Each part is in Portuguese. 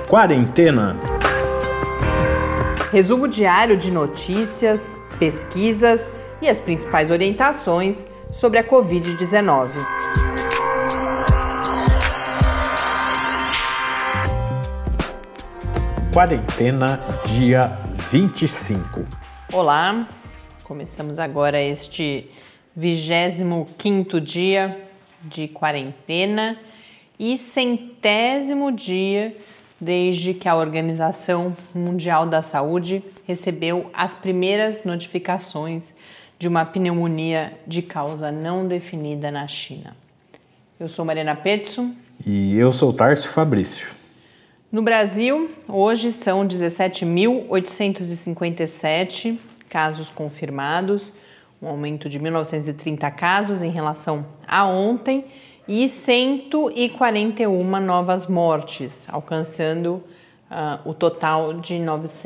Quarentena. Resumo diário de notícias, pesquisas e as principais orientações sobre a Covid-19. Quarentena, dia 25. Olá, começamos agora este 25º dia de quarentena e 100º dia desde que a Organização Mundial da Saúde recebeu as primeiras notificações de uma pneumonia de causa não definida na China. Eu sou Mariana Petzo. E eu sou Tárcio Fabrício. No Brasil, hoje são 17.857 casos confirmados, um aumento de 1.930 casos em relação a ontem e 141 novas mortes, alcançando o total de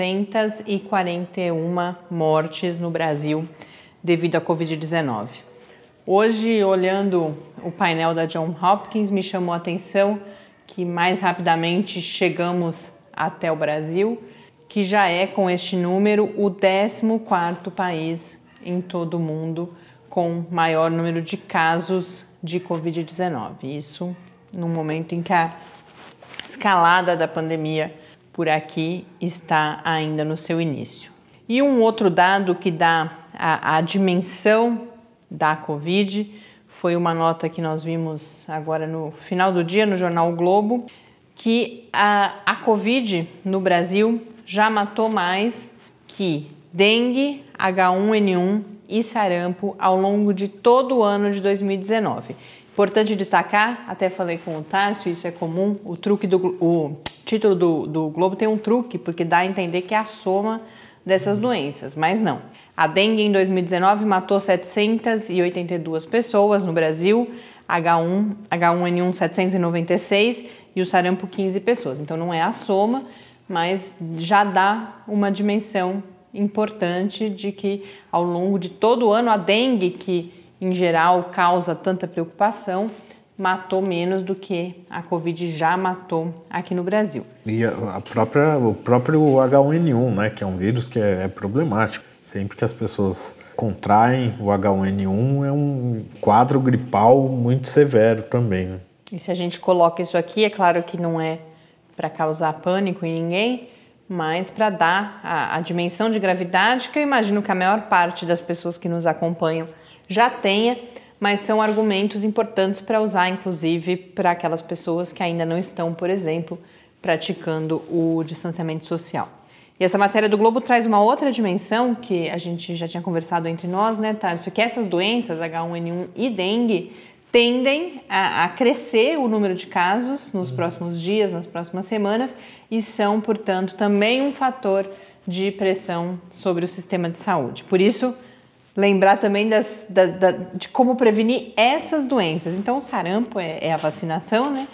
941 mortes no Brasil devido à Covid-19. Hoje, olhando o painel da Johns Hopkins, me chamou a atenção que mais rapidamente chegamos até o Brasil, que já é, com este número, o 14º país em todo o mundo com maior número de casos de Covid-19. Isso no momento em que a escalada da pandemia por aqui está ainda no seu início. E um outro dado que dá a dimensão da Covid foi uma nota que nós vimos agora no final do dia no jornal O Globo, que a Covid no Brasil já matou mais que dengue, H1N1 e sarampo ao longo de todo o ano de 2019. Importante destacar, até falei com o Tárcio, isso é comum, o título do Globo tem um truque, porque dá a entender que é a soma dessas doenças, mas não. A dengue em 2019 matou 782 pessoas no Brasil, H1N1 796 e o sarampo 15 pessoas. Então não é a soma, mas já dá uma dimensão importante de que ao longo de todo o ano a dengue, que em geral causa tanta preocupação, matou menos do que a Covid já matou aqui no Brasil. E o próprio H1N1, né, que é um vírus que é problemático. Sempre que as pessoas contraem o H1N1 é um quadro gripal muito severo também, né? E se a gente coloca isso aqui, é claro que não é para causar pânico em ninguém, mas para dar a dimensão de gravidade que eu imagino que a maior parte das pessoas que nos acompanham já tenha, mas são argumentos importantes para usar, inclusive, para aquelas pessoas que ainda não estão, por exemplo, praticando o distanciamento social. E essa matéria do Globo traz uma outra dimensão que a gente já tinha conversado entre nós, né, Tárcio? Que essas doenças, H1N1 e dengue, tendem a crescer o número de casos nos próximos dias, nas próximas semanas, e são, portanto, também um fator de pressão sobre o sistema de saúde. Por isso, lembrar também de como prevenir essas doenças. Então, o sarampo é a vacinação, né?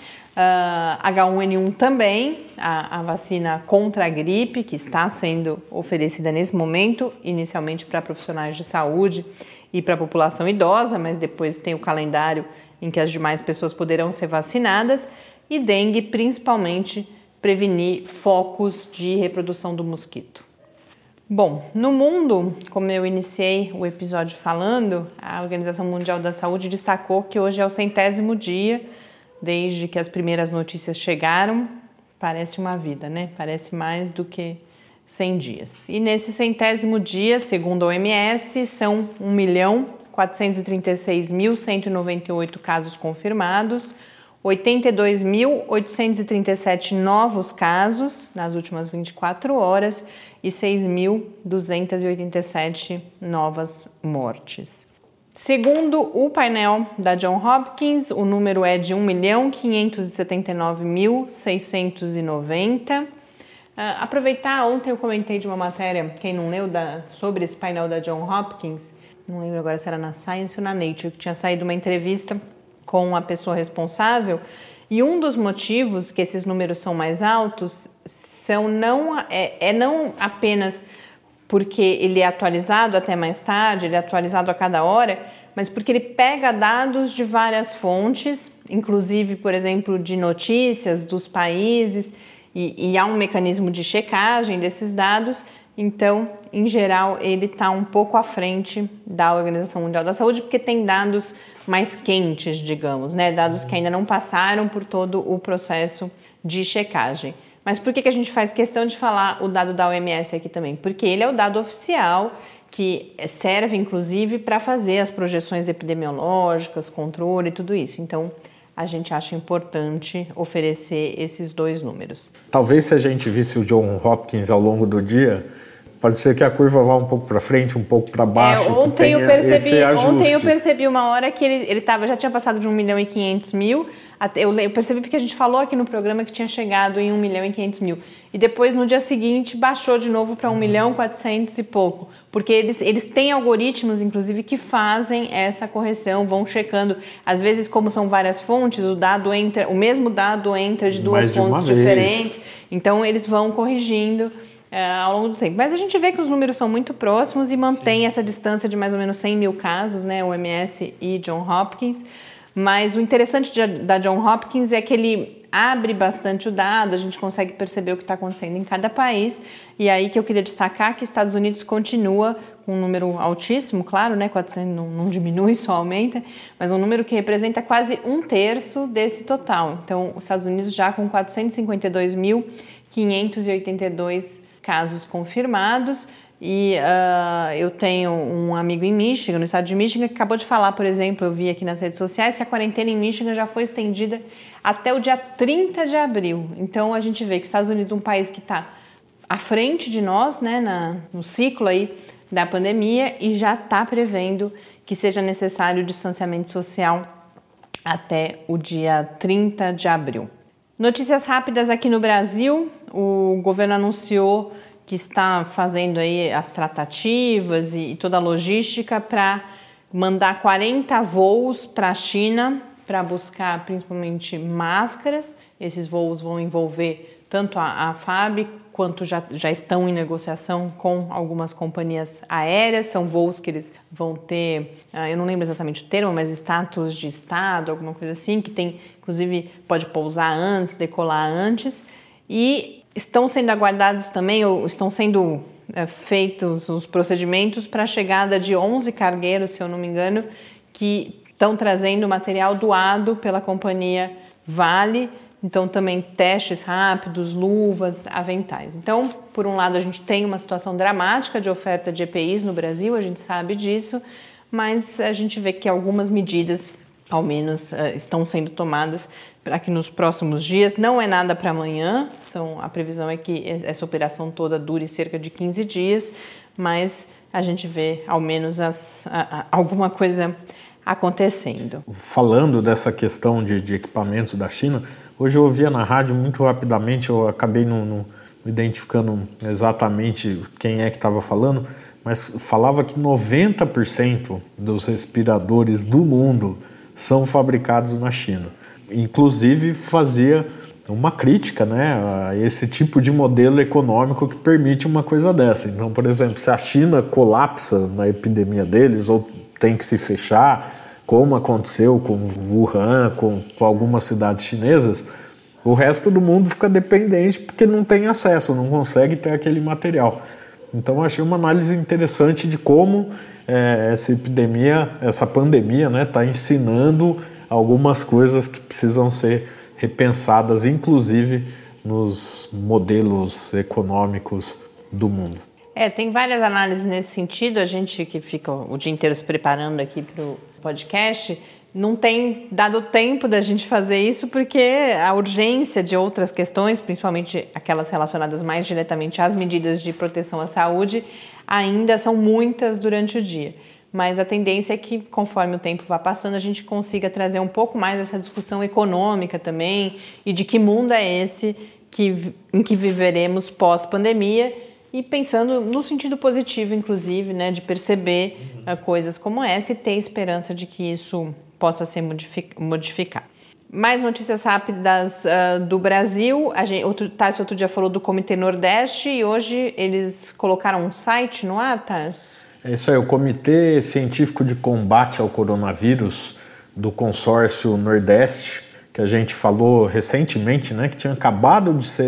H1N1 também, a vacina contra a gripe, que está sendo oferecida nesse momento, inicialmente para profissionais de saúde e para a população idosa, mas depois tem o calendário em que as demais pessoas poderão ser vacinadas, e dengue, principalmente, prevenir focos de reprodução do mosquito. Bom, no mundo, como eu iniciei o episódio falando, a Organização Mundial da Saúde destacou que hoje é o 100º dia desde que as primeiras notícias chegaram. Parece uma vida, né? Parece mais do que 100 dias. E nesse 100º dia, segundo a OMS, são 1.436.198 casos confirmados, 82.837 novos casos nas últimas 24 horas e 6.287 novas mortes. Segundo o painel da Johns Hopkins, o número é de 1.579.690. Aproveitar, ontem eu comentei de uma matéria, quem não leu, sobre esse painel da Johns Hopkins, não lembro agora se era na Science ou na Nature, que tinha saído uma entrevista com a pessoa responsável, e um dos motivos que esses números são mais altos são não apenas porque ele é atualizado até mais tarde, ele é atualizado a cada hora, mas porque ele pega dados de várias fontes, inclusive, por exemplo, de notícias dos países, e há um mecanismo de checagem desses dados. Então, em geral, ele está um pouco à frente da Organização Mundial da Saúde, porque tem dados mais quentes, digamos, né? Dados que ainda não passaram por todo o processo de checagem. Mas por que a gente faz questão de falar o dado da OMS aqui também? Porque ele é o dado oficial que serve, inclusive, para fazer as projeções epidemiológicas, controle e tudo isso. Então, a gente acha importante oferecer esses dois números. Talvez se a gente visse o John Hopkins ao longo do dia, pode ser que a curva vá um pouco para frente, um pouco para baixo. Ontem eu percebi uma hora que ele já tinha passado de 1.500.000. Eu percebi porque a gente falou aqui no programa que tinha chegado em 1.500.000. E depois, no dia seguinte, baixou de novo para 1.400.000 e pouco. Porque eles têm algoritmos, inclusive, que fazem essa correção, vão checando. Às vezes, como são várias fontes, o mesmo dado entra de duas fontes diferentes. Então, eles vão corrigindo ao longo do tempo. Mas a gente vê que os números são muito próximos e mantém essa distância de mais ou menos 100 mil casos, né? OMS e John Hopkins. Mas o interessante da John Hopkins é que ele abre bastante o dado, a gente consegue perceber o que está acontecendo em cada país. E aí que eu queria destacar que Estados Unidos continua com um número altíssimo, claro, né? 400 não diminui, só aumenta, mas um número que representa quase 1/3 desse total. Então, os Estados Unidos já com 452.582 casos confirmados. E eu tenho um amigo em Michigan, no estado de Michigan, que acabou de falar, por exemplo, eu vi aqui nas redes sociais, que a quarentena em Michigan já foi estendida até o dia 30 de abril. Então, a gente vê que os Estados Unidos é um país que está à frente de nós, né, no ciclo aí da pandemia, e já está prevendo que seja necessário o distanciamento social até o dia 30 de abril. Notícias rápidas aqui no Brasil. O governo anunciou que está fazendo aí as tratativas e toda a logística para mandar 40 voos para a China para buscar principalmente máscaras. Esses voos vão envolver tanto a FAB quanto já estão em negociação com algumas companhias aéreas. São voos que eles vão ter, eu não lembro exatamente o termo, mas status de estado, alguma coisa assim, que tem, inclusive, pode pousar antes, decolar antes. E estão sendo aguardados também, ou estão sendo feitos os procedimentos para a chegada de 11 cargueiros, se eu não me engano, que estão trazendo material doado pela companhia Vale. Então, também testes rápidos, luvas, aventais. Então, por um lado, a gente tem uma situação dramática de oferta de EPIs no Brasil, a gente sabe disso, mas a gente vê que algumas medidas, ao menos, estão sendo tomadas para que nos próximos dias, não é nada para amanhã, a previsão é que essa operação toda dure cerca de 15 dias, mas a gente vê, ao menos, alguma coisa acontecendo. Falando dessa questão de equipamentos da China, hoje eu ouvia na rádio muito rapidamente, eu acabei não identificando exatamente quem é que estava falando, mas falava que 90% dos respiradores do mundo são fabricados na China. Inclusive fazia uma crítica, né, a esse tipo de modelo econômico que permite uma coisa dessa. Então, por exemplo, se a China colapsa na epidemia deles ou tem que se fechar, como aconteceu com Wuhan, com algumas cidades chinesas, o resto do mundo fica dependente porque não tem acesso, não consegue ter aquele material. Então, achei uma análise interessante de como essa pandemia, né, está ensinando algumas coisas que precisam ser repensadas, inclusive nos modelos econômicos do mundo. Tem várias análises nesse sentido. A gente que fica o dia inteiro se preparando aqui para o podcast não tem dado tempo da gente fazer isso porque a urgência de outras questões, principalmente aquelas relacionadas mais diretamente às medidas de proteção à saúde, ainda são muitas durante o dia. Mas a tendência é que, conforme o tempo vá passando, a gente consiga trazer um pouco mais essa discussão econômica também e de que mundo é esse em que viveremos pós-pandemia, e pensando no sentido positivo, inclusive, né, de perceber coisas como essa e ter esperança de que isso possa ser modificado. Mais notícias rápidas do Brasil. O Tássio outro dia falou do Comitê Nordeste e hoje eles colocaram um site no ar, Tássio? É isso aí, o Comitê Científico de Combate ao Coronavírus do Consórcio Nordeste, que a gente falou recentemente, né, que tinha acabado de ser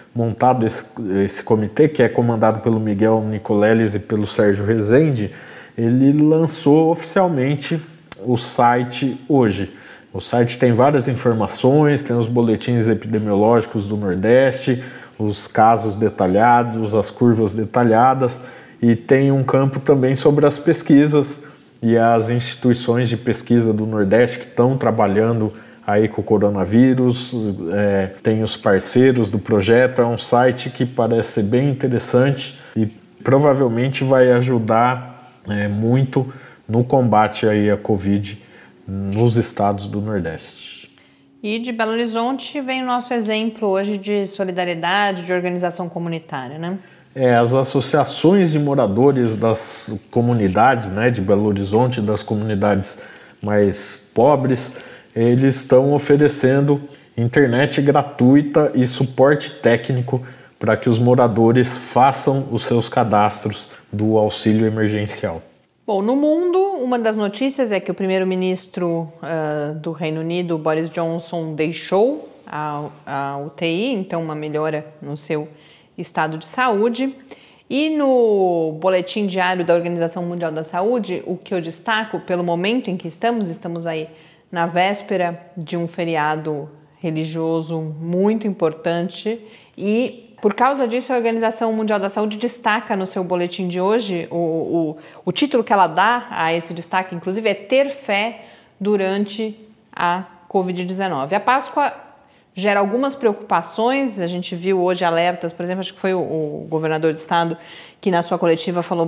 montado esse comitê, que é comandado pelo Miguel Nicoleles e pelo Sérgio Rezende, ele lançou oficialmente o site hoje. O site tem várias informações, tem os boletins epidemiológicos do Nordeste, os casos detalhados, as curvas detalhadas, e tem um campo também sobre as pesquisas e as instituições de pesquisa do Nordeste que estão trabalhando aí com o coronavírus, tem os parceiros do projeto. É um site que parece ser bem interessante e provavelmente vai ajudar muito no combate aí à Covid nos estados do Nordeste. E de Belo Horizonte vem o nosso exemplo hoje de solidariedade, de organização comunitária, né? As associações de moradores das comunidades, né, de Belo Horizonte, das comunidades mais pobres, eles estão oferecendo internet gratuita e suporte técnico para que os moradores façam os seus cadastros do auxílio emergencial. Bom, no mundo, uma das notícias é que o primeiro-ministro do Reino Unido, Boris Johnson, deixou a UTI, então uma melhora no seu estado de saúde. E no boletim diário da Organização Mundial da Saúde, o que eu destaco, pelo momento em que estamos aí na véspera de um feriado religioso muito importante, e por causa disso a Organização Mundial da Saúde destaca no seu boletim de hoje, o título que ela dá a esse destaque, inclusive, é ter fé durante a Covid-19. A Páscoa gera algumas preocupações, a gente viu hoje alertas, por exemplo, acho que foi o governador do estado que na sua coletiva falou,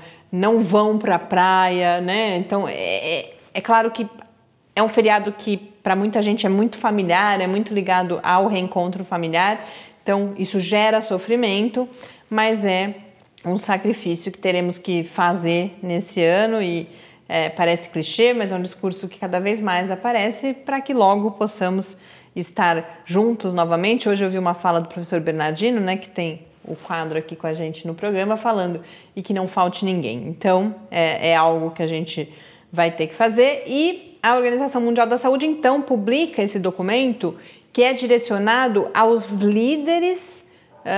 não vão para a praia, né? Então, é claro que é um feriado que para muita gente é muito familiar, é muito ligado ao reencontro familiar, então isso gera sofrimento, mas é um sacrifício que teremos que fazer nesse ano e parece clichê, mas é um discurso que cada vez mais aparece para que logo possamos estar juntos novamente. Hoje eu vi uma fala do professor Bernardino, né, que tem o quadro aqui com a gente no programa, falando e que não falte ninguém. Então, é algo que a gente vai ter que fazer. E a Organização Mundial da Saúde, então, publica esse documento que é direcionado aos líderes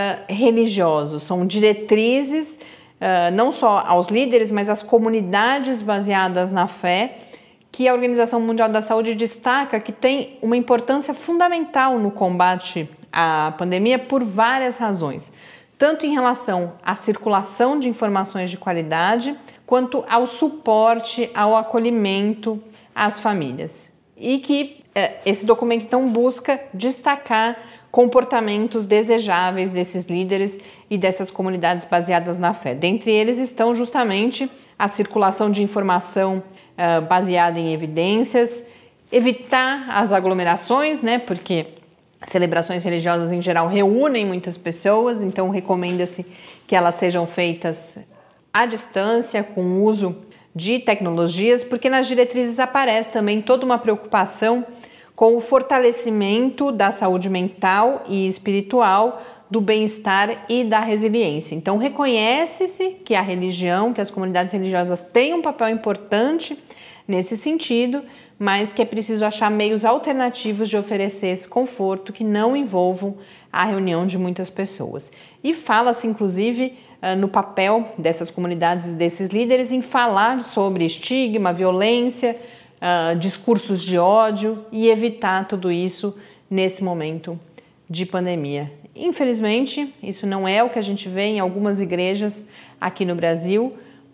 religiosos. São diretrizes, não só aos líderes, mas às comunidades baseadas na fé, que a Organização Mundial da Saúde destaca que tem uma importância fundamental no combate à pandemia por várias razões, tanto em relação à circulação de informações de qualidade, quanto ao suporte, ao acolhimento às famílias. E que esse documento, então, busca destacar comportamentos desejáveis desses líderes e dessas comunidades baseadas na fé. Dentre eles estão justamente a circulação de informação baseada em evidências, evitar as aglomerações, né, porque celebrações religiosas em geral reúnem muitas pessoas, então recomenda-se que elas sejam feitas à distância, com o uso de tecnologias, porque nas diretrizes aparece também toda uma preocupação com o fortalecimento da saúde mental e espiritual, do bem-estar e da resiliência. Então, reconhece-se que a religião, que as comunidades religiosas têm um papel importante nesse sentido, mas que é preciso achar meios alternativos de oferecer esse conforto que não envolvam a reunião de muitas pessoas. E fala-se, inclusive, no papel dessas comunidades, desses líderes, em falar sobre estigma, violência, discursos de ódio e evitar tudo isso nesse momento de pandemia. Infelizmente, isso não é o que a gente vê em algumas igrejas aqui no Brasil,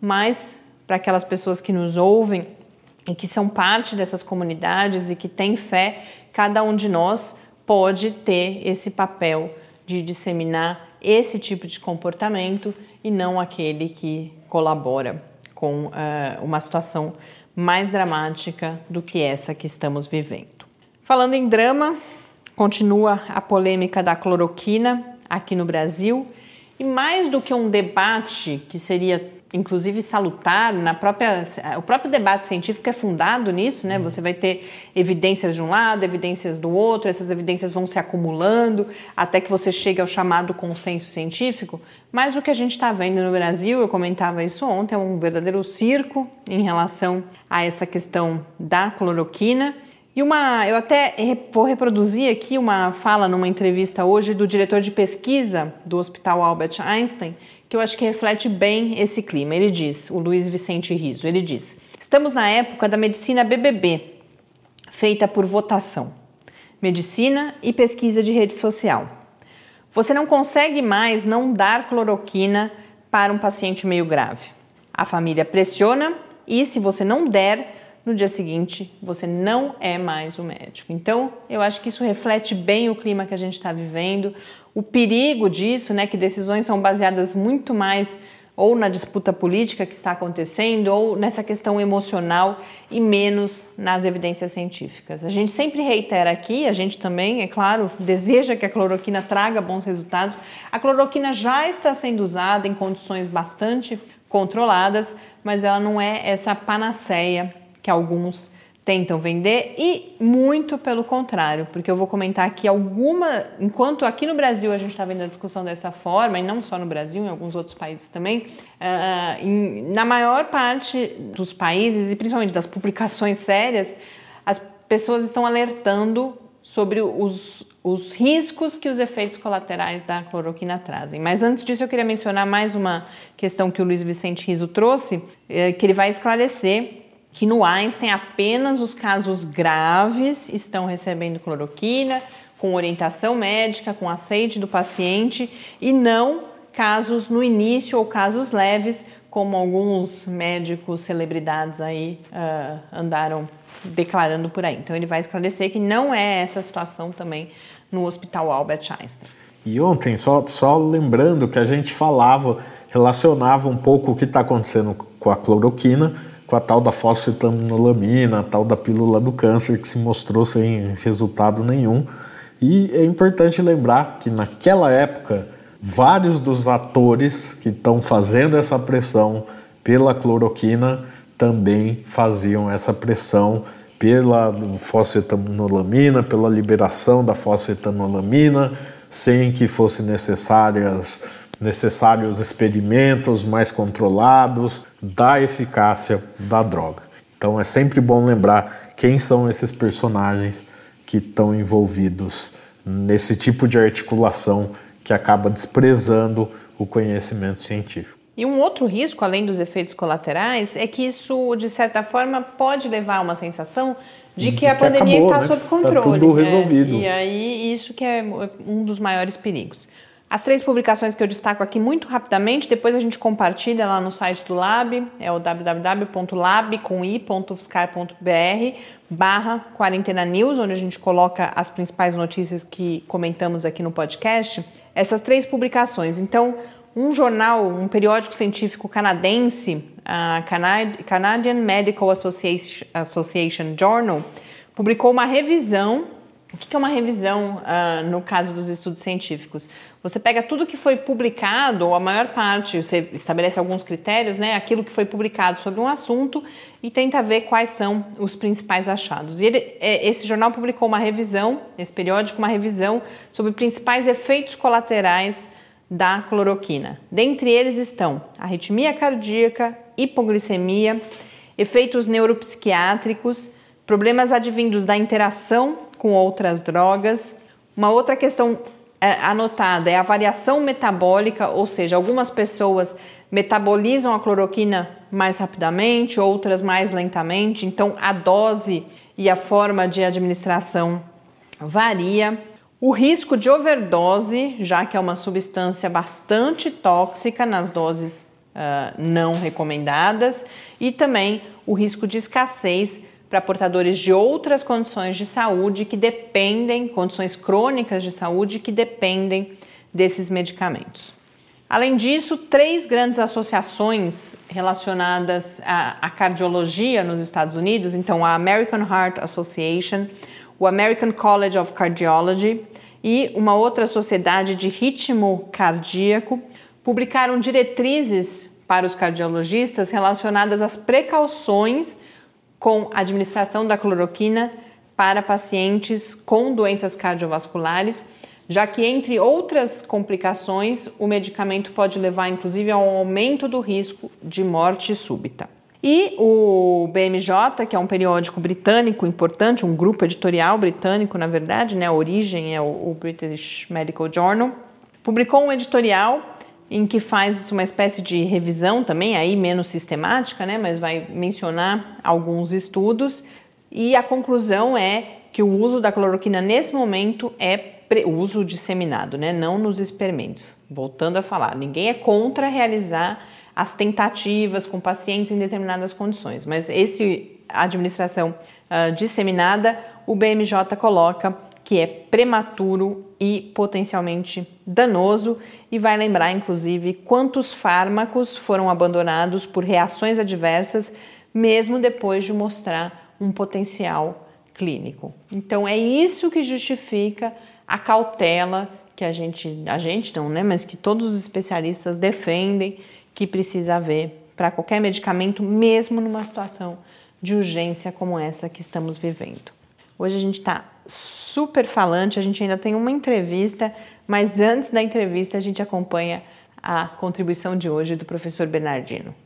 mas para aquelas pessoas que nos ouvem e que são parte dessas comunidades e que têm fé, cada um de nós pode ter esse papel de disseminar esse tipo de comportamento e não aquele que colabora com uma situação mais dramática do que essa que estamos vivendo. Falando em drama, continua a polêmica da cloroquina aqui no Brasil e mais do que um debate que seria inclusive salutar, o próprio debate científico é fundado nisso, né? Você vai ter evidências de um lado, evidências do outro, essas evidências vão se acumulando até que você chegue ao chamado consenso científico, mas o que a gente está vendo no Brasil, eu comentava isso ontem, é um verdadeiro circo em relação a essa questão da cloroquina, E eu até vou reproduzir aqui uma fala numa entrevista hoje do diretor de pesquisa do Hospital Albert Einstein, que eu acho que reflete bem esse clima. Ele diz, o Luiz Vicente Riso, ele diz: estamos na época da medicina BBB, feita por votação. Medicina e pesquisa de rede social. Você não consegue mais não dar cloroquina para um paciente meio grave. A família pressiona e, se você não der, no dia seguinte você não é mais o médico. Então, eu acho que isso reflete bem o clima que a gente está vivendo, o perigo disso, né, que decisões são baseadas muito mais ou na disputa política que está acontecendo, ou nessa questão emocional e menos nas evidências científicas. A gente sempre reitera aqui, a gente também, é claro, deseja que a cloroquina traga bons resultados. A cloroquina já está sendo usada em condições bastante controladas, mas ela não é essa panaceia que alguns tentam vender, e muito pelo contrário, porque eu vou comentar aqui enquanto aqui no Brasil a gente está vendo a discussão dessa forma, e não só no Brasil, em alguns outros países também, na maior parte dos países, e principalmente das publicações sérias, as pessoas estão alertando sobre os riscos que os efeitos colaterais da cloroquina trazem. Mas antes disso eu queria mencionar mais uma questão que o Luiz Vicente Riso trouxe, que ele vai esclarecer que no Einstein apenas os casos graves estão recebendo cloroquina, com orientação médica, com aceite do paciente, e não casos no início ou casos leves, como alguns médicos, celebridades aí andaram declarando por aí. Então ele vai esclarecer que não é essa situação também no Hospital Albert Einstein. E ontem, só lembrando que a gente relacionava um pouco o que está acontecendo com a cloroquina, com a tal da fosfetanolamina, a tal da pílula do câncer, que se mostrou sem resultado nenhum. E é importante lembrar que naquela época, vários dos atores que estão fazendo essa pressão pela cloroquina também faziam essa pressão pela fosfetanolamina, pela liberação da fosfetanolamina, sem que fossem necessários experimentos mais controlados da eficácia da droga. Então é sempre bom lembrar quem são esses personagens que estão envolvidos nesse tipo de articulação que acaba desprezando o conhecimento científico. E um outro risco, além dos efeitos colaterais, é que isso, de certa forma, pode levar a uma sensação de que a pandemia está sob controle. Está tudo resolvido. E aí, isso que é um dos maiores perigos. As 3 publicações que eu destaco aqui muito rapidamente, depois a gente compartilha lá no site do Lab, é o www.lab.ufscar.br/Quarentena News, onde a gente coloca as principais notícias que comentamos aqui no podcast. Essas 3 publicações. Então, um periódico científico canadense, a Canadian Medical Association Journal, publicou uma revisão. O que é uma revisão no caso dos estudos científicos? Você pega tudo que foi publicado, ou a maior parte, você estabelece alguns critérios, né? Aquilo que foi publicado sobre um assunto, e tenta ver quais são os principais achados. E esse jornal publicou uma revisão, esse periódico, uma revisão sobre os principais efeitos colaterais da cloroquina. Dentre eles estão arritmia cardíaca, hipoglicemia, efeitos neuropsiquiátricos, problemas advindos da interação com outras drogas. Uma outra questão anotada é a variação metabólica, ou seja, algumas pessoas metabolizam a cloroquina mais rapidamente, outras mais lentamente, então a dose e a forma de administração varia. O risco de overdose, já que é uma substância bastante tóxica nas doses não recomendadas, e também o risco de escassez para portadores de outras condições de saúde que dependem, condições crônicas de saúde que dependem desses medicamentos. Além disso, 3 grandes associações relacionadas à cardiologia nos Estados Unidos, então a American Heart Association, o American College of Cardiology e uma outra sociedade de ritmo cardíaco, publicaram diretrizes para os cardiologistas relacionadas às precauções com a administração da cloroquina para pacientes com doenças cardiovasculares, já que, entre outras complicações, o medicamento pode levar, inclusive, a um aumento do risco de morte súbita. E o BMJ, que é um periódico britânico importante, um grupo editorial britânico, na verdade, né? A origem é o British Medical Journal, publicou um editorial em que faz uma espécie de revisão também, aí menos sistemática, né? Mas vai mencionar alguns estudos, e a conclusão é que o uso da cloroquina nesse momento é o uso disseminado, né? Não nos experimentos. Voltando a falar, ninguém é contra realizar as tentativas com pacientes em determinadas condições, mas a administração disseminada, o BMJ coloca que é prematuro e potencialmente danoso, e vai lembrar, inclusive, quantos fármacos foram abandonados por reações adversas, mesmo depois de mostrar um potencial clínico. Então, é isso que justifica a cautela que a gente não, né, mas que todos os especialistas defendem que precisa haver para qualquer medicamento, mesmo numa situação de urgência como essa que estamos vivendo. Hoje a gente está super falante, a gente ainda tem uma entrevista, mas antes da entrevista a gente acompanha a contribuição de hoje do professor Bernardino.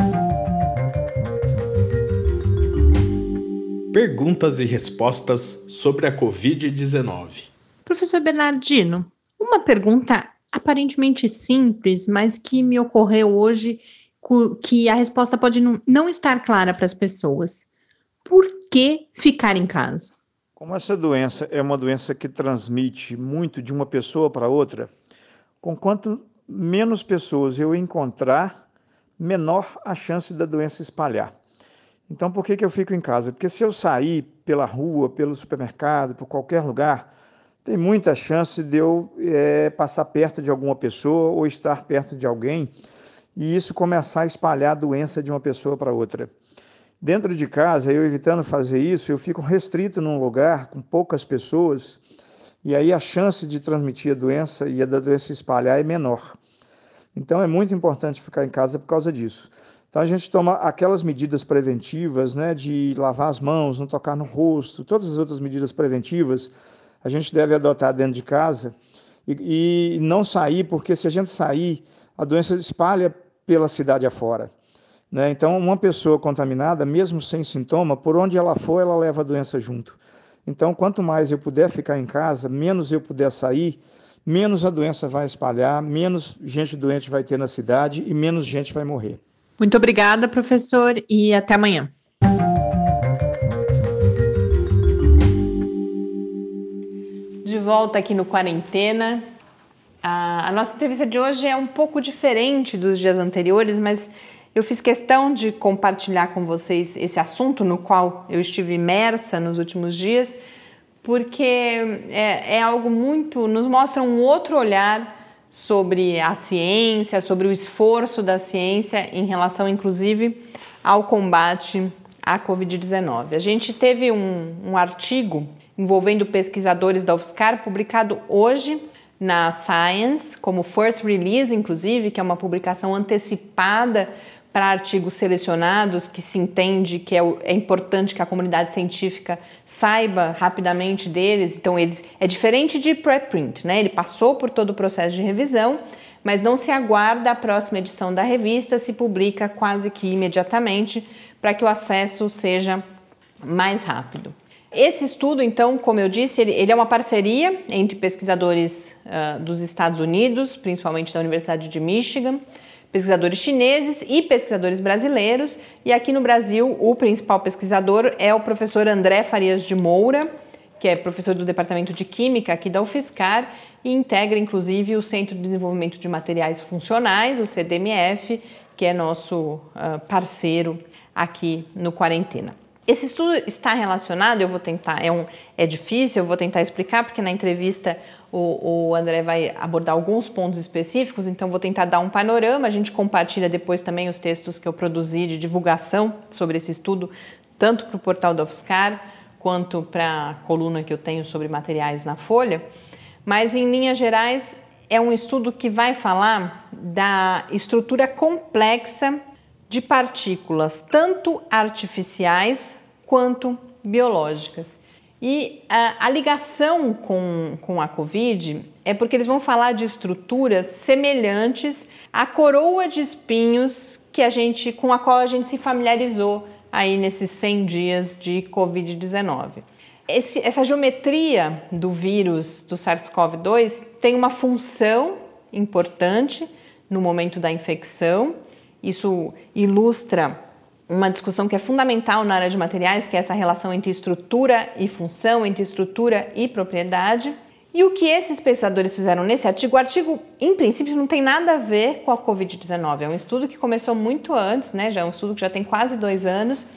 Perguntas e respostas sobre a Covid-19. Professor Bernardino, uma pergunta aparentemente simples, mas que me ocorreu hoje, que a resposta pode não estar clara para as pessoas. Por que ficar em casa? Como essa doença é uma doença que transmite muito de uma pessoa para outra, com quanto menos pessoas eu encontrar, menor a chance da doença espalhar. Então, por que eu fico em casa? Porque se eu sair pela rua, pelo supermercado, por qualquer lugar, tem muita chance de eu passar perto de alguma pessoa ou estar perto de alguém e isso começar a espalhar a doença de uma pessoa para outra. Dentro de casa, eu evitando fazer isso, eu fico restrito num lugar com poucas pessoas e aí a chance de transmitir a doença e a da doença espalhar é menor. Então é muito importante ficar em casa por causa disso. Então a gente toma aquelas medidas preventivas, né, de lavar as mãos, não tocar no rosto, todas as outras medidas preventivas a gente deve adotar dentro de casa e não sair, porque se a gente sair, a doença espalha pela cidade afora. Né? Então, uma pessoa contaminada, mesmo sem sintoma, por onde ela for, ela leva a doença junto. Então, quanto mais eu puder ficar em casa, menos eu puder sair, menos a doença vai espalhar, menos gente doente vai ter na cidade e menos gente vai morrer. Muito obrigada, professor, e até amanhã. De volta aqui no Quarentena. A nossa entrevista de hoje é um pouco diferente dos dias anteriores, mas eu fiz questão de compartilhar com vocês esse assunto no qual eu estive imersa nos últimos dias, porque é algo muito... nos mostra um outro olhar sobre a ciência, sobre o esforço da ciência em relação, inclusive, ao combate à Covid-19. A gente teve um artigo envolvendo pesquisadores da UFSCar, publicado hoje na Science, como first release, inclusive, que é uma publicação antecipada para artigos selecionados, que se entende que é importante que a comunidade científica saiba rapidamente deles. Então, é diferente de preprint, né? Ele passou por todo o processo de revisão, mas não se aguarda a próxima edição da revista, se publica quase que imediatamente para que o acesso seja mais rápido. Esse estudo, então, como eu disse, ele é uma parceria entre pesquisadores dos Estados Unidos, principalmente da Universidade de Michigan, pesquisadores chineses e pesquisadores brasileiros. E aqui no Brasil, o principal pesquisador é o professor André Farias de Moura, que é professor do Departamento de Química aqui da UFSCar e integra, inclusive, o Centro de Desenvolvimento de Materiais Funcionais, o CDMF, que é nosso parceiro aqui no Quarentena. Esse estudo está relacionado, eu vou tentar, é difícil, eu vou tentar explicar, porque na entrevista o André vai abordar alguns pontos específicos, então vou tentar dar um panorama, a gente compartilha depois também os textos que eu produzi de divulgação sobre esse estudo, tanto para o portal da UFSCar, quanto para a coluna que eu tenho sobre materiais na Folha, mas em linhas gerais é um estudo que vai falar da estrutura complexa de partículas, tanto artificiais quanto biológicas. E a ligação com a Covid é porque eles vão falar de estruturas semelhantes à coroa de espinhos com a qual a gente se familiarizou aí nesses 100 dias de Covid-19. Essa geometria do vírus do SARS-CoV-2 tem uma função importante no momento da infecção. Isso ilustra uma discussão que é fundamental na área de materiais, que é essa relação entre estrutura e função, entre estrutura e propriedade. E o que esses pesquisadores fizeram nesse artigo? O artigo, em princípio, não tem nada a ver com a Covid-19. É um estudo que começou muito antes, né? Já é um estudo que já tem quase 2 anos.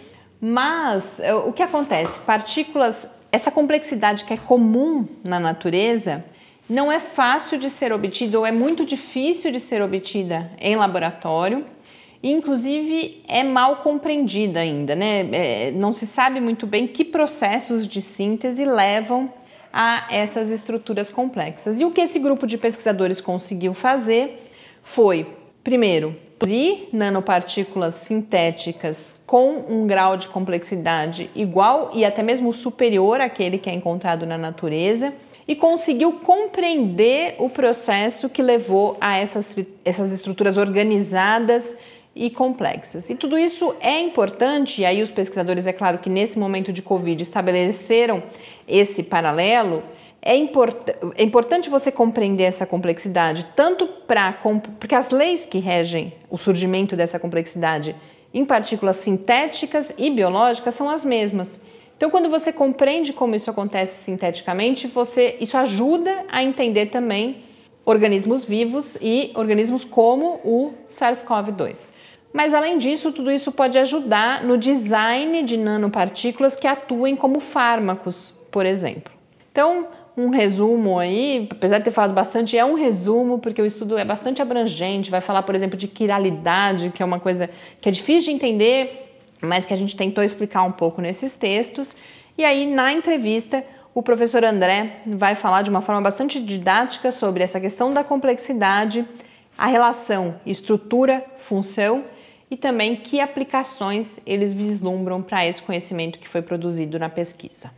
Mas o que acontece? Partículas, essa complexidade que é comum na natureza, não é fácil de ser obtida ou é muito difícil de ser obtida em laboratório. E, inclusive, é mal compreendida ainda, né? Não se sabe muito bem que processos de síntese levam a essas estruturas complexas. E o que esse grupo de pesquisadores conseguiu fazer foi, primeiro, produzir nanopartículas sintéticas com um grau de complexidade igual e até mesmo superior àquele que é encontrado na natureza, e conseguiu compreender o processo que levou a essas estruturas organizadas e complexas. E tudo isso é importante, e aí os pesquisadores, é claro que nesse momento de Covid estabeleceram esse paralelo. É importante você compreender essa complexidade, tanto porque as leis que regem o surgimento dessa complexidade em partículas sintéticas e biológicas são as mesmas. Então, quando você compreende como isso acontece sinteticamente, isso ajuda a entender também organismos vivos e organismos como o SARS-CoV-2. Mas, além disso, tudo isso pode ajudar no design de nanopartículas que atuem como fármacos, por exemplo. Então, um resumo aí, apesar de ter falado bastante, é um resumo, porque o estudo é bastante abrangente, vai falar, por exemplo, de quiralidade, que é uma coisa que é difícil de entender, mas que a gente tentou explicar um pouco nesses textos. E aí, na entrevista, o professor André vai falar de uma forma bastante didática sobre essa questão da complexidade, a relação estrutura-função e também que aplicações eles vislumbram para esse conhecimento que foi produzido na pesquisa.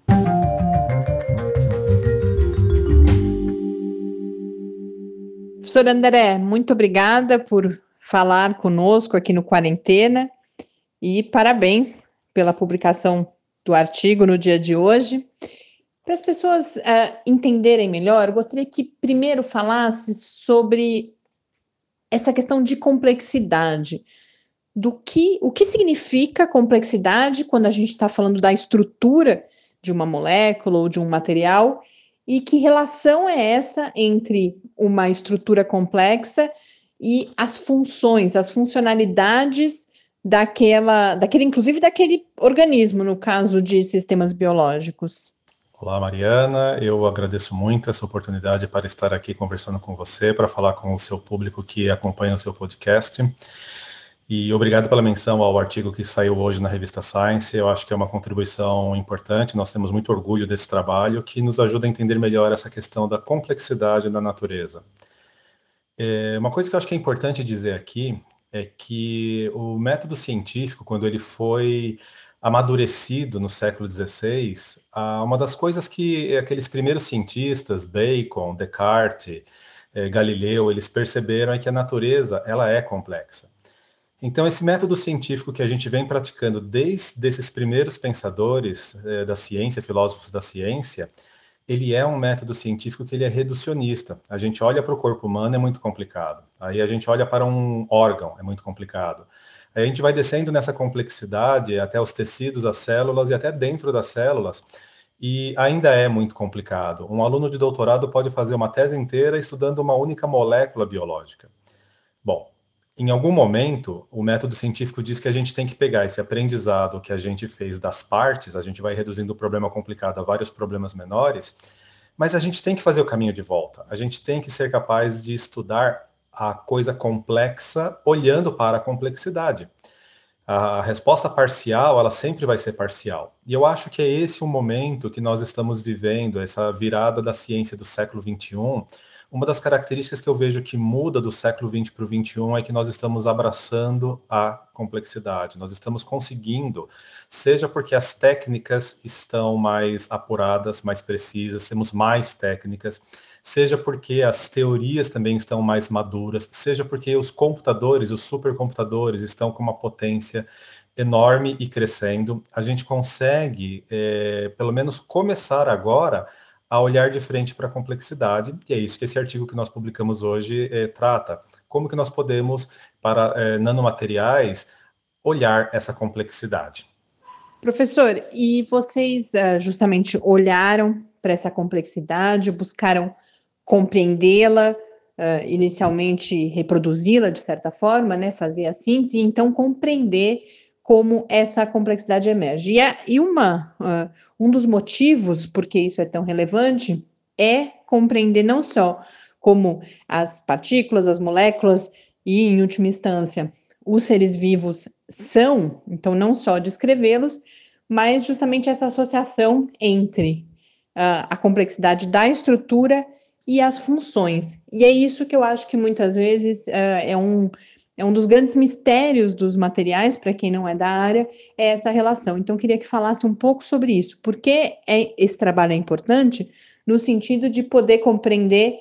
Professor André, muito obrigada por falar conosco aqui no Quarentena e parabéns pela publicação do artigo no dia de hoje. Para as pessoas entenderem melhor, eu gostaria que primeiro falasse sobre essa questão de complexidade. O que significa complexidade quando a gente está falando da estrutura de uma molécula ou de um material, e que relação é essa entre uma estrutura complexa e as funções, as funcionalidades inclusive daquele organismo, no caso de sistemas biológicos. Olá, Mariana, eu agradeço muito essa oportunidade para estar aqui conversando com você, para falar com o seu público que acompanha o seu podcast. E obrigado pela menção ao artigo que saiu hoje na revista Science. Eu acho que é uma contribuição importante, nós temos muito orgulho desse trabalho, que nos ajuda a entender melhor essa questão da complexidade da natureza. Uma coisa que eu acho que é importante dizer aqui é que o método científico, quando ele foi amadurecido no século XVI, uma das coisas que aqueles primeiros cientistas, Bacon, Descartes, Galileu, eles perceberam é que a natureza ela é complexa. Então, esse método científico que a gente vem praticando desde esses primeiros pensadores da ciência, filósofos da ciência, ele é um método científico que ele é reducionista. A gente olha para o corpo humano, é muito complicado. Aí a gente olha para um órgão, é muito complicado. Aí a gente vai descendo nessa complexidade até os tecidos, as células e até dentro das células, e ainda é muito complicado. Um aluno de doutorado pode fazer uma tese inteira estudando uma única molécula biológica. Bom, em algum momento, o método científico diz que a gente tem que pegar esse aprendizado que a gente fez das partes, a gente vai reduzindo o problema complicado a vários problemas menores, mas a gente tem que fazer o caminho de volta. A gente tem que ser capaz de estudar a coisa complexa olhando para a complexidade. A resposta parcial, ela sempre vai ser parcial. E eu acho que é esse o momento que nós estamos vivendo, essa virada da ciência do século XXI. Uma das características que eu vejo que muda do século XX para o XXI é que nós estamos abraçando a complexidade. Nós estamos conseguindo, seja porque as técnicas estão mais apuradas, mais precisas, temos mais técnicas, seja porque as teorias também estão mais maduras, seja porque os computadores, os supercomputadores estão com uma potência enorme e crescendo, a gente consegue, pelo menos começar agora, a olhar de frente para a complexidade, e é isso que esse artigo que nós publicamos hoje trata. Como que nós podemos, para nanomateriais, olhar essa complexidade? Professor, e vocês justamente olharam para essa complexidade, buscaram compreendê-la, inicialmente reproduzi-la de certa forma, né, fazer a síntese, e então compreender como essa complexidade emerge. Um dos motivos por que isso é tão relevante é compreender não só como as partículas, as moléculas e, em última instância, os seres vivos são, então não só descrevê-los, mas justamente essa associação entre a complexidade da estrutura e as funções. E é isso que eu acho que muitas vezes é um dos grandes mistérios dos materiais, para quem não é da área, é essa relação. Então, queria que falasse um pouco sobre isso. Por que esse trabalho é importante? No sentido de poder compreender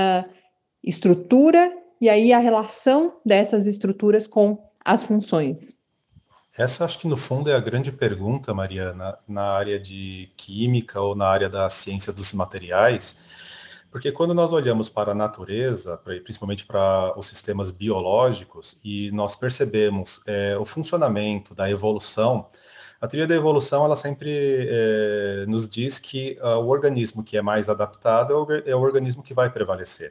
estrutura e aí a relação dessas estruturas com as funções. Essa acho que no fundo é a grande pergunta, Mariana, na área de química ou na área da ciência dos materiais, porque quando nós olhamos para a natureza, principalmente para os sistemas biológicos, e nós percebemos o funcionamento da evolução, a teoria da evolução ela sempre nos diz que o organismo que é mais adaptado é o organismo que vai prevalecer.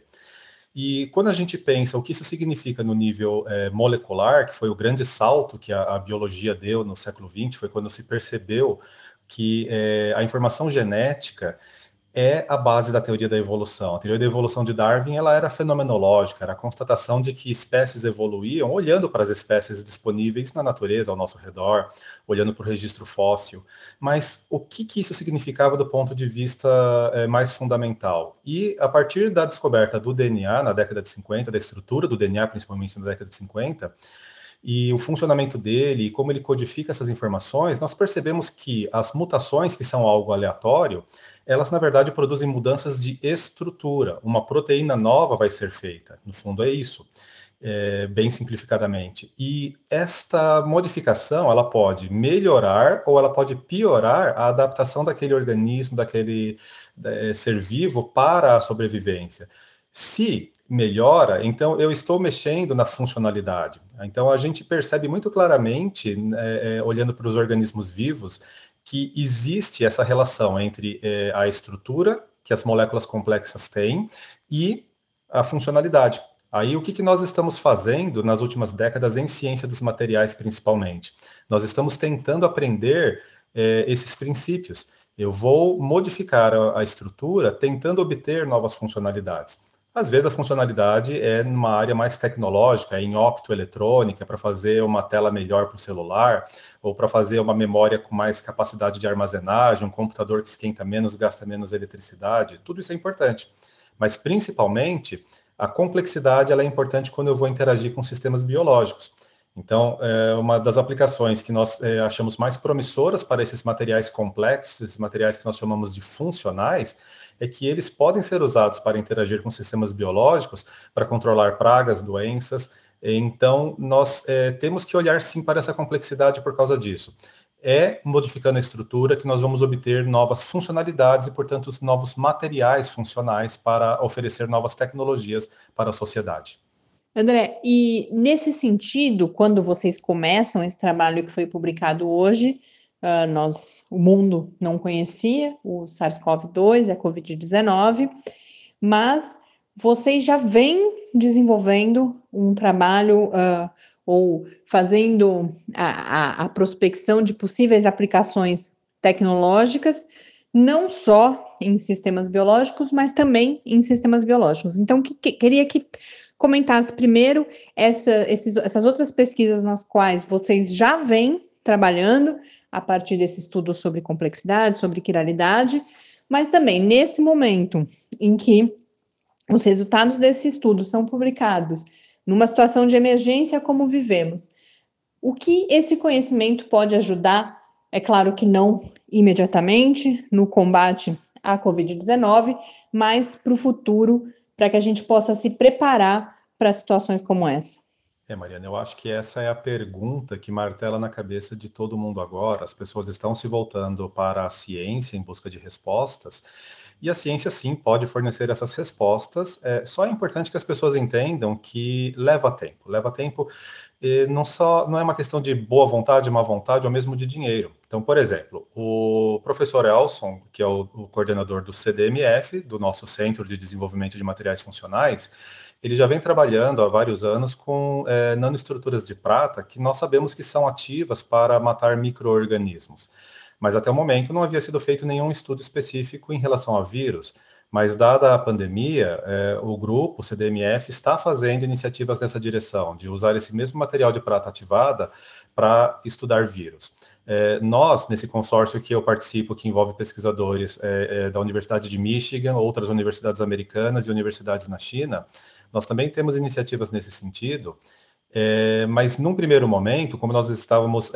E quando a gente pensa o que isso significa no nível molecular, que foi o grande salto que a biologia deu no século XX, foi quando se percebeu que a informação genética é a base da teoria da evolução. A teoria da evolução de Darwin ela era fenomenológica, era a constatação de que espécies evoluíam olhando para as espécies disponíveis na natureza ao nosso redor, olhando para o registro fóssil. Mas o que isso significava do ponto de vista mais fundamental? E a partir da descoberta do DNA na década de 50, da estrutura do DNA, principalmente na década de 50, e o funcionamento dele, e como ele codifica essas informações, nós percebemos que as mutações, que são algo aleatório, elas, na verdade, produzem mudanças de estrutura. Uma proteína nova vai ser feita. No fundo, é isso, bem simplificadamente. E esta modificação, ela pode melhorar ou ela pode piorar a adaptação daquele organismo, daquele ser vivo para a sobrevivência. Se melhora, então eu estou mexendo na funcionalidade. Então a gente percebe muito claramente, olhando para os organismos vivos, que existe essa relação entre a estrutura que as moléculas complexas têm e a funcionalidade. Aí o que nós estamos fazendo nas últimas décadas em ciência dos materiais, principalmente? Nós estamos tentando aprender esses princípios. Eu vou modificar a estrutura tentando obter novas funcionalidades. Às vezes a funcionalidade é numa área mais tecnológica, em optoeletrônica, para fazer uma tela melhor para o celular, ou para fazer uma memória com mais capacidade de armazenagem, um computador que esquenta menos, gasta menos eletricidade. Tudo isso é importante. Mas, principalmente, a complexidade ela é importante quando eu vou interagir com sistemas biológicos. Então, uma das aplicações que nós achamos mais promissoras para esses materiais complexos, esses materiais que nós chamamos de funcionais, é que eles podem ser usados para interagir com sistemas biológicos, para controlar pragas, doenças. Então, nós temos que olhar, sim, para essa complexidade por causa disso. É modificando a estrutura que nós vamos obter novas funcionalidades e, portanto, novos materiais funcionais para oferecer novas tecnologias para a sociedade. André, e nesse sentido, quando vocês começam esse trabalho que foi publicado hoje, o mundo não conhecia o SARS-CoV-2 e a Covid-19, mas vocês já vêm desenvolvendo um trabalho ou fazendo a prospecção de possíveis aplicações tecnológicas, não só em sistemas biológicos, mas também em sistemas biológicos. Então, queria que comentasse primeiro essas outras pesquisas nas quais vocês já vêm trabalhando a partir desse estudo sobre complexidade, sobre quiralidade, mas também nesse momento em que os resultados desse estudo são publicados numa situação de emergência como vivemos, o que esse conhecimento pode ajudar? É claro que não imediatamente no combate à Covid-19, mas para o futuro, para que a gente possa se preparar para situações como essa? Mariana, eu acho que essa é a pergunta que martela na cabeça de todo mundo agora. As pessoas estão se voltando para a ciência em busca de respostas, e a ciência, sim, pode fornecer essas respostas. Só é importante que as pessoas entendam que leva tempo. Leva tempo, não é uma questão de boa vontade, má vontade, ou mesmo de dinheiro. Então, por exemplo, o professor Elson, que é o coordenador do CDMF, do nosso Centro de Desenvolvimento de Materiais Funcionais, ele já vem trabalhando há vários anos com nanoestruturas de prata que nós sabemos que são ativas para matar micro-organismos. Mas até o momento não havia sido feito nenhum estudo específico em relação a vírus. Mas dada a pandemia, o grupo, o CDMF, está fazendo iniciativas nessa direção, de usar esse mesmo material de prata ativada para estudar vírus. Nós, nesse consórcio que eu participo, que envolve pesquisadores da Universidade de Michigan, outras universidades americanas e universidades na China, nós também temos iniciativas nesse sentido, mas num primeiro momento, como nós estávamos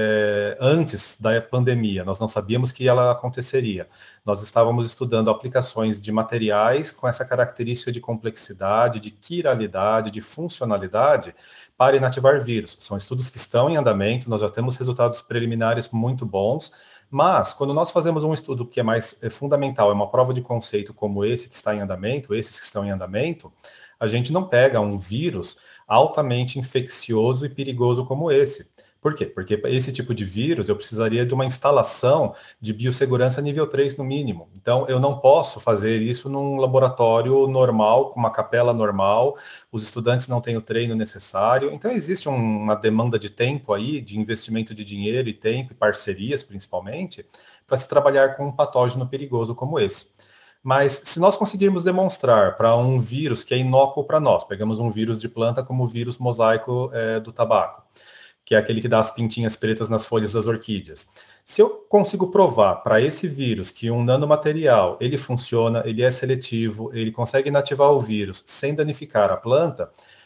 antes da pandemia, nós não sabíamos que ela aconteceria. Nós estávamos estudando aplicações de materiais com essa característica de complexidade, de quiralidade, de funcionalidade para inativar vírus. São estudos que estão em andamento, nós já temos resultados preliminares muito bons, mas quando nós fazemos um estudo que é mais fundamental, é uma prova de conceito como esse que está em andamento, esses que estão em andamento, a gente não pega um vírus altamente infeccioso e perigoso como esse. Por quê? Porque esse tipo de vírus eu precisaria de uma instalação de biossegurança nível 3 no mínimo. Então, eu não posso fazer isso num laboratório normal, com uma capela normal, os estudantes não têm o treino necessário. Então, existe uma demanda de tempo aí, de investimento de dinheiro e tempo, e parcerias principalmente, para se trabalhar com um patógeno perigoso como esse. Mas se nós conseguirmos demonstrar para um vírus que é inócuo para nós, pegamos um vírus de planta como o vírus mosaico do tabaco, que é aquele que dá as pintinhas pretas nas folhas das orquídeas. Se eu consigo provar para esse vírus que um nanomaterial, ele funciona, ele é seletivo, ele consegue inativar o vírus sem danificar a planta,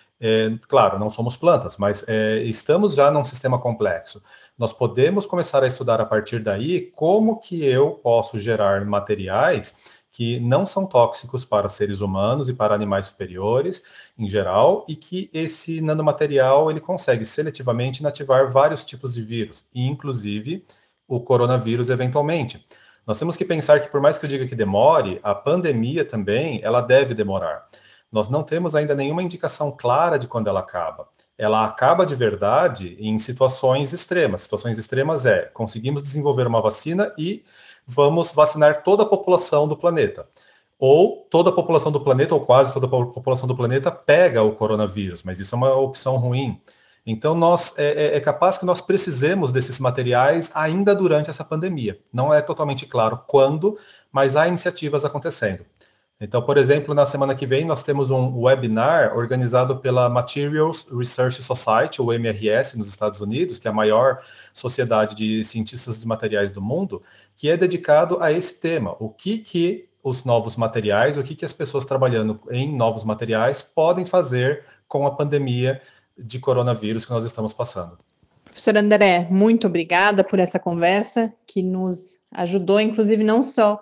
claro, não somos plantas, mas estamos já num sistema complexo. Nós podemos começar a estudar a partir daí como que eu posso gerar materiais que não são tóxicos para seres humanos e para animais superiores, em geral, e que esse nanomaterial ele consegue seletivamente inativar vários tipos de vírus, e inclusive o coronavírus eventualmente. Nós temos que pensar que, por mais que eu diga que demore, a pandemia também, ela deve demorar. Nós não temos ainda nenhuma indicação clara de quando ela acaba. Ela acaba de verdade em situações extremas. Situações extremas conseguimos desenvolver uma vacina e vamos vacinar toda a população do planeta. Ou toda a população do planeta, ou quase toda a população do planeta, pega o coronavírus, mas isso é uma opção ruim. Então, é capaz que nós precisemos desses materiais ainda durante essa pandemia. Não é totalmente claro quando, mas há iniciativas acontecendo. Então, por exemplo, na semana que vem nós temos um webinar organizado pela Materials Research Society, ou MRS, nos Estados Unidos, que é a maior sociedade de cientistas de materiais do mundo, que é dedicado a esse tema. O que os novos materiais, o que as pessoas trabalhando em novos materiais podem fazer com a pandemia de coronavírus que nós estamos passando. Professor André, muito obrigada por essa conversa, que nos ajudou, inclusive, não só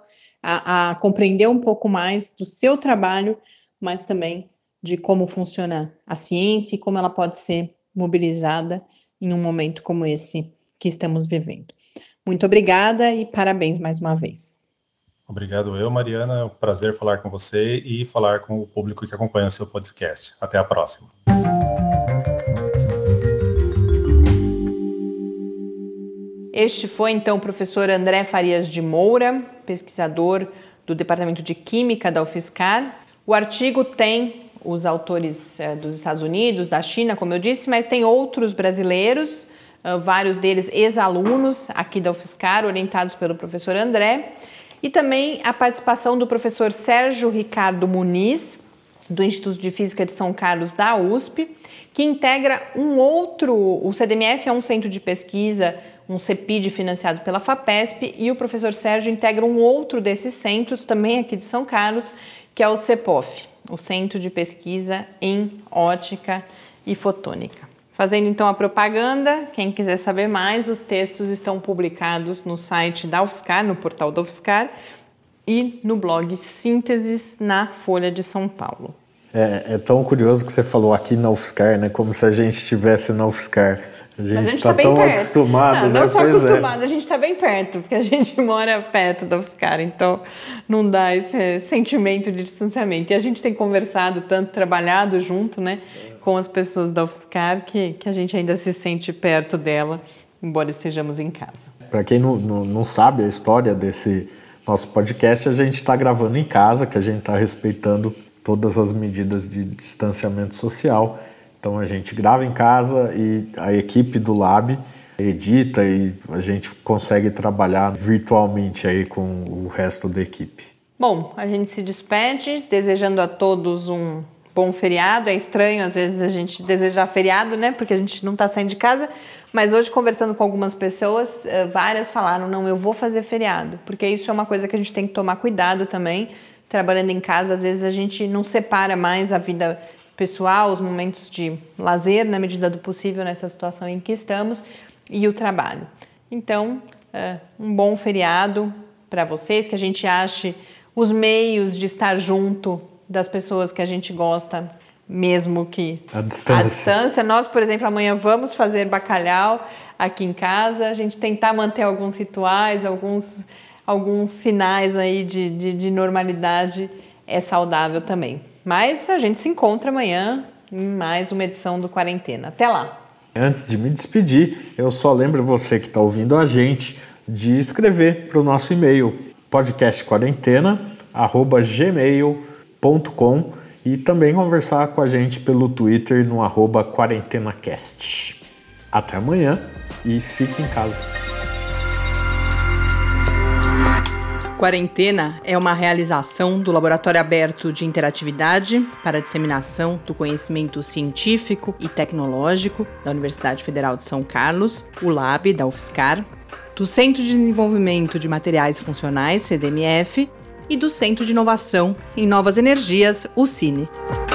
a compreender um pouco mais do seu trabalho, mas também de como funciona a ciência e como ela pode ser mobilizada em um momento como esse que estamos vivendo. Muito obrigada e parabéns mais uma vez. Obrigado Mariana. É um prazer falar com você e falar com o público que acompanha o seu podcast. Até a próxima. Este foi, então, o professor André Farias de Moura, pesquisador do Departamento de Química da UFSCar. O artigo tem os autores dos Estados Unidos, da China, como eu disse, mas tem outros brasileiros, vários deles ex-alunos aqui da UFSCar, orientados pelo professor André, e também a participação do professor Sérgio Ricardo Muniz, do Instituto de Física de São Carlos da USP, que integra o CDMF é um centro de pesquisa, um CEPID financiado pela FAPESP, e o professor Sérgio integra um outro desses centros, também aqui de São Carlos, que é o CEPOF, o Centro de Pesquisa em Ótica e Fotônica. Fazendo então a propaganda, quem quiser saber mais, os textos estão publicados no site da UFSCar, no portal da UFSCar, e no blog Sínteses na Folha de São Paulo. É tão curioso que você falou aqui na UFSCar, né? Como se a gente estivesse na UFSCar. A gente está tão acostumado. Não só acostumado, a gente está bem perto, porque a gente mora perto da UFSCar, então não dá esse sentimento de distanciamento. E a gente tem conversado tanto, trabalhado junto, né, com as pessoas da UFSCar, que a gente ainda se sente perto dela, embora estejamos em casa. Para quem não sabe a história desse nosso podcast, a gente está gravando em casa, que a gente está respeitando todas as medidas de distanciamento social. Então a gente grava em casa e a equipe do Lab edita e a gente consegue trabalhar virtualmente aí com o resto da equipe. Bom, a gente se despede desejando a todos um bom feriado. É estranho às vezes a gente desejar feriado, né? Porque a gente não está saindo de casa. Mas hoje, conversando com algumas pessoas, várias falaram, não, eu vou fazer feriado. Porque isso é uma coisa que a gente tem que tomar cuidado também. Trabalhando em casa, às vezes a gente não separa mais a vida pessoal, os momentos de lazer, na medida do possível, nessa situação em que estamos, e o trabalho. Então, um bom feriado para vocês, que a gente ache os meios de estar junto das pessoas que a gente gosta, mesmo que à distância. Nós, por exemplo, amanhã vamos fazer bacalhau aqui em casa, a gente tentar manter alguns rituais, alguns sinais aí de normalidade é saudável também. Mas a gente se encontra amanhã em mais uma edição do Quarentena. Até lá! Antes de me despedir, eu só lembro você que está ouvindo a gente de escrever para o nosso e-mail podcastquarentena@gmail.com e também conversar com a gente pelo Twitter no @quarentenacast. Até amanhã e fique em casa. Quarentena é uma realização do Laboratório Aberto de Interatividade para a Disseminação do Conhecimento Científico e Tecnológico da Universidade Federal de São Carlos, o LAB da UFSCar, do Centro de Desenvolvimento de Materiais Funcionais, CDMF, e do Centro de Inovação em Novas Energias, o CINE.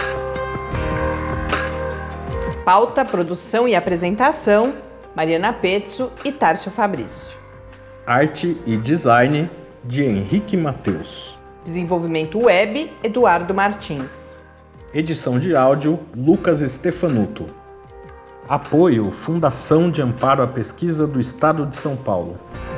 Pauta, produção e apresentação, Mariana Pezzo e Tárcio Fabrício. Arte e design de Henrique Mateus. Desenvolvimento web, Eduardo Martins. Edição de áudio, Lucas Stefanuto. Apoio, Fundação de Amparo à Pesquisa do Estado de São Paulo.